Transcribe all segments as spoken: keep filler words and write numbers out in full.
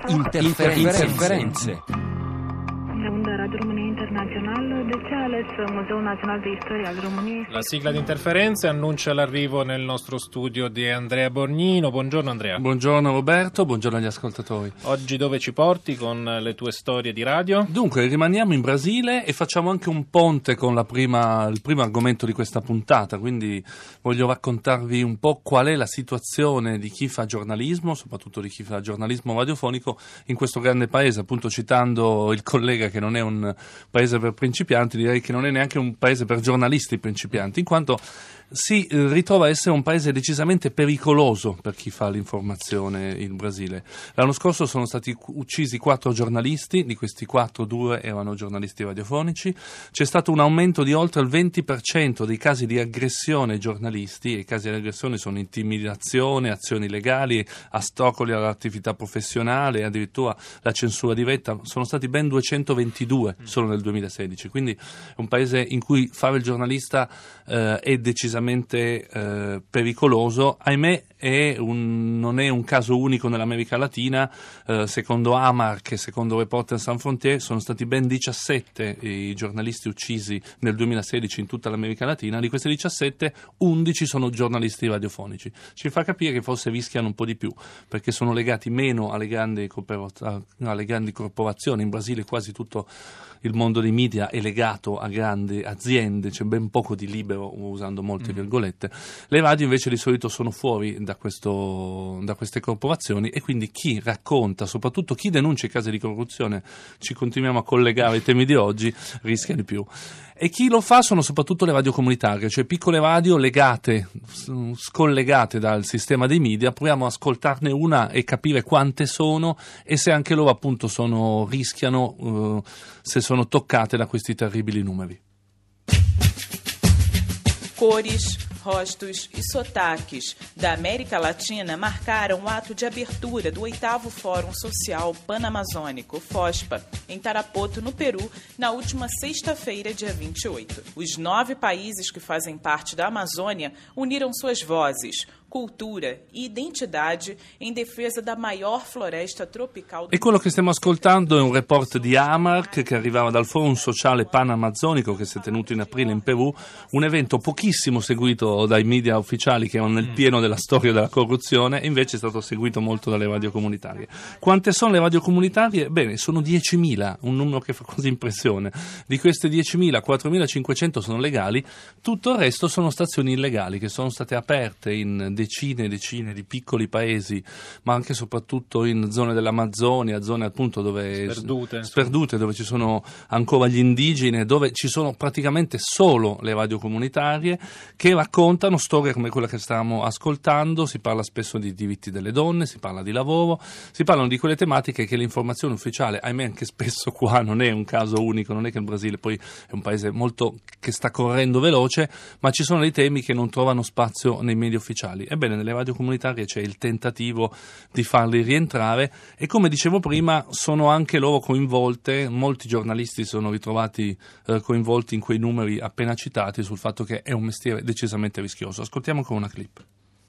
Interferenze. Interferenze. Radio România Internațională, de ce a ales Muzeul Național de Istoria al României? La sigla di Interferenze annuncia l'arrivo nel nostro studio di Andrea Borgnino. Buongiorno Andrea. Buongiorno Roberto, buongiorno agli ascoltatori. Oggi dove ci porti con le tue storie di radio? Dunque, rimaniamo in Brasile e facciamo anche un ponte con la prima, il primo argomento di questa puntata, quindi voglio raccontarvi un po' qual è la situazione di chi fa giornalismo, soprattutto di chi fa giornalismo radiofonico in questo grande paese, appunto citando il collega che non è un paese per principianti, direi che non è neanche un paese per giornalisti principianti, in quanto si ritrova a essere un paese decisamente pericoloso per chi fa l'informazione in Brasile. L'anno scorso sono stati uccisi quattro giornalisti, di questi quattro due erano giornalisti radiofonici, c'è stato un aumento di oltre il venti per cento dei casi di aggressione ai giornalisti, e i casi di aggressione sono intimidazione, azioni legali, ostacoli all'attività professionale, addirittura la censura diretta, sono stati ben duecentoventidue solo nel duemilasedici, quindi è un paese in cui fare il giornalista eh, è decisamente Eh, pericoloso. Ahimè è un, non è un caso unico nell'America Latina. Eh, secondo AMAR, che secondo Reporters Sans Frontières, sono stati ben diciassette i giornalisti uccisi nel duemilasedici in tutta l'America Latina. Di questi diciassette, undici sono giornalisti radiofonici. Ci fa capire che forse rischiano un po' di più, perché sono legati meno alle grandi, alle grandi corporazioni. In Brasile quasi tutto il mondo dei media è legato a grandi aziende, c'è ben poco di libero, usando molte mm. virgolette. Le radio invece di solito sono fuori da, questo, da queste corporazioni, e quindi chi racconta, soprattutto chi denuncia i casi di corruzione, ci continuiamo a collegare ai temi di oggi, rischia di più. E chi lo fa sono soprattutto le radio comunitarie, cioè piccole radio legate, scollegate dal sistema dei media. Proviamo a ascoltarne una e capire quante sono e se anche loro appunto sono, rischiano, uh, se sono toccate da questi terribili numeri. Cores, rostos e sotaques da América Latina marcaram o ato de abertura do oitavo Fórum Social Panamazônico, FOSPA, em Tarapoto, no Peru, na última sexta-feira, dia vinte e oito. Os nove países que fazem parte da Amazônia uniram suas vozes, cultura e identidade em defesa da maior floresta tropical do E quello che stiamo ascoltando è un report di AMAR che arrivava dal Forum Sociale Panamazzonico, che si è tenuto in aprile in Perù, un evento pochissimo seguito dai media ufficiali che erano nel pieno della storia della corruzione, e invece è stato seguito molto dalle radio comunitarie. Quante sono le radio comunitarie? Bene, sono diecimila, un numero che fa quasi impressione. Di queste diecimila, quattromilacinquecento sono legali, tutto il resto sono stazioni illegali che sono state aperte in decine e decine di piccoli paesi, ma anche e soprattutto in zone dell'Amazzonia, zone appunto dove sperdute. sperdute, dove ci sono ancora gli indigeni, dove ci sono praticamente solo le radio comunitarie che raccontano storie come quella che stavamo ascoltando. Si parla spesso di diritti delle donne, si parla di lavoro, si parlano di quelle tematiche che l'informazione ufficiale, ahimè anche spesso qua non è un caso unico, non è che il Brasile poi è un paese molto che sta correndo veloce, ma ci sono dei temi che non trovano spazio nei media ufficiali. Ebbene, nelle radio comunitarie c'è il tentativo di farli rientrare, e come dicevo prima sono anche loro coinvolte. Molti giornalisti sono ritrovati eh, coinvolti in quei numeri appena citati, sul fatto che è un mestiere decisamente rischioso. Ascoltiamo con una clip.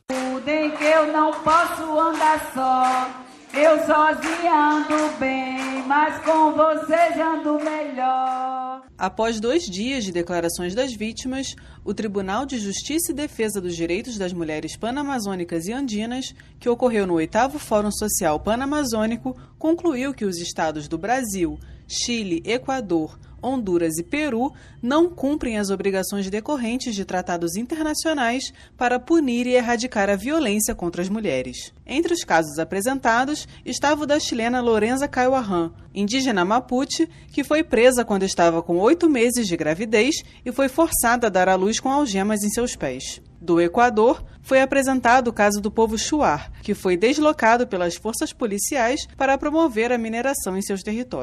Che eu não posso andar só, eu sozinha ando bem, mas com você já ando melhor. Após dois dias de declarações das vítimas, o Tribunal de Justiça e Defesa dos Direitos das Mulheres Panamazônicas e Andinas, que ocorreu no oitavo Fórum Social Panamazônico, concluiu que os estados do Brasil, Chile, Equador, Honduras e Peru não cumprem as obrigações decorrentes de tratados internacionais para punir e erradicar a violência contra as mulheres. Entre os casos apresentados estava o da chilena Lorenza Caioarran, indígena Mapuche, que foi presa quando estava com oito meses de gravidez e foi forçada a dar à luz com algemas em seus pés. Do Equador, foi apresentado o caso do povo Shuar, que foi deslocado pelas forças policiais para promover a mineração em seus territórios.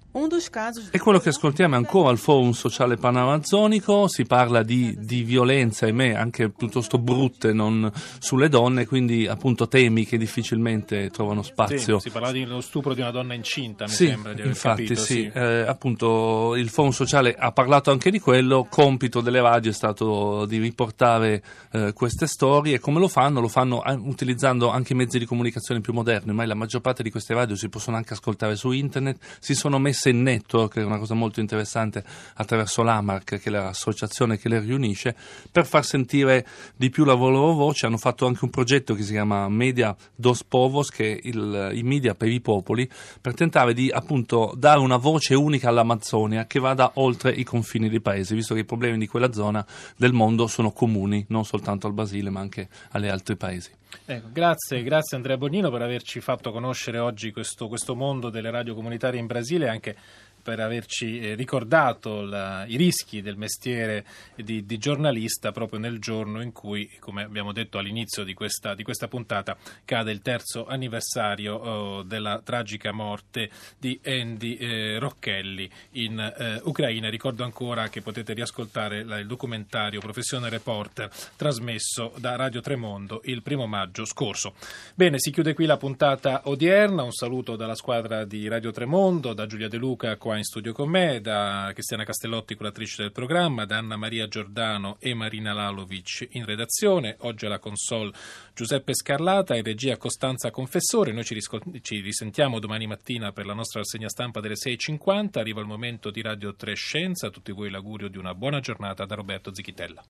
Um dos casos... E quello che ascoltiamo è ancora il Forum Sociale Panamazzonico, si parla di, di violenza, ahimè, anche piuttosto brutte, non sulle donne, quindi appunto temi che difficilmente trovano spazio. Sì, si parla dello stupro di una donna incinta, mi sì, sembra di aver infatti, capito. sì, Sì. Eh, appunto il Forum Sociale ha parlato anche di quello, compito delle radio è stato di riportare eh, queste storie. E come lo fanno? Lo fanno eh, utilizzando anche i mezzi di comunicazione più moderni. Ormai la maggior parte di queste radio si possono anche ascoltare su internet, si sono messe in network, che è una cosa molto interessante, attraverso l'A M A R C, che è l'associazione che le riunisce, per far sentire di più la loro voce. Hanno fatto anche un progetto che si chiama Media dos Povos, che è il, i media per i popoli, per tentare di appunto dare una voce unica all'Amazzonia che vada oltre i confini dei paesi, visto che i problemi di quella zona del mondo sono comuni, non soltanto al Brasile ma anche agli altri paesi. Ecco, grazie, grazie Andrea Borgnino per averci fatto conoscere oggi questo, questo mondo delle radio comunitarie in Brasile, anche per averci eh, ricordato la, i rischi del mestiere di, di giornalista proprio nel giorno in cui, come abbiamo detto all'inizio di questa, di questa puntata, cade il terzo anniversario oh, della tragica morte di Andy eh, Rocchelli in eh, Ucraina. Ricordo ancora che potete riascoltare la, il documentario Professione Reporter trasmesso da Radio Tremondo il primo maggio scorso. Bene, si chiude qui la puntata odierna. Un saluto dalla squadra di Radio Tremondo, da Giulia De Luca qua in studio con me, da Cristiana Castellotti, curatrice del programma, da Anna Maria Giordano e Marina Lalovic in redazione. Oggi alla console Giuseppe Scarlata, in regia Costanza Confessore. Noi ci, riscol- ci risentiamo domani mattina per la nostra rassegna stampa delle sei e cinquanta. Arriva il momento di Radio tre Scienza. A tutti voi l'augurio di una buona giornata da Roberto Zichitella.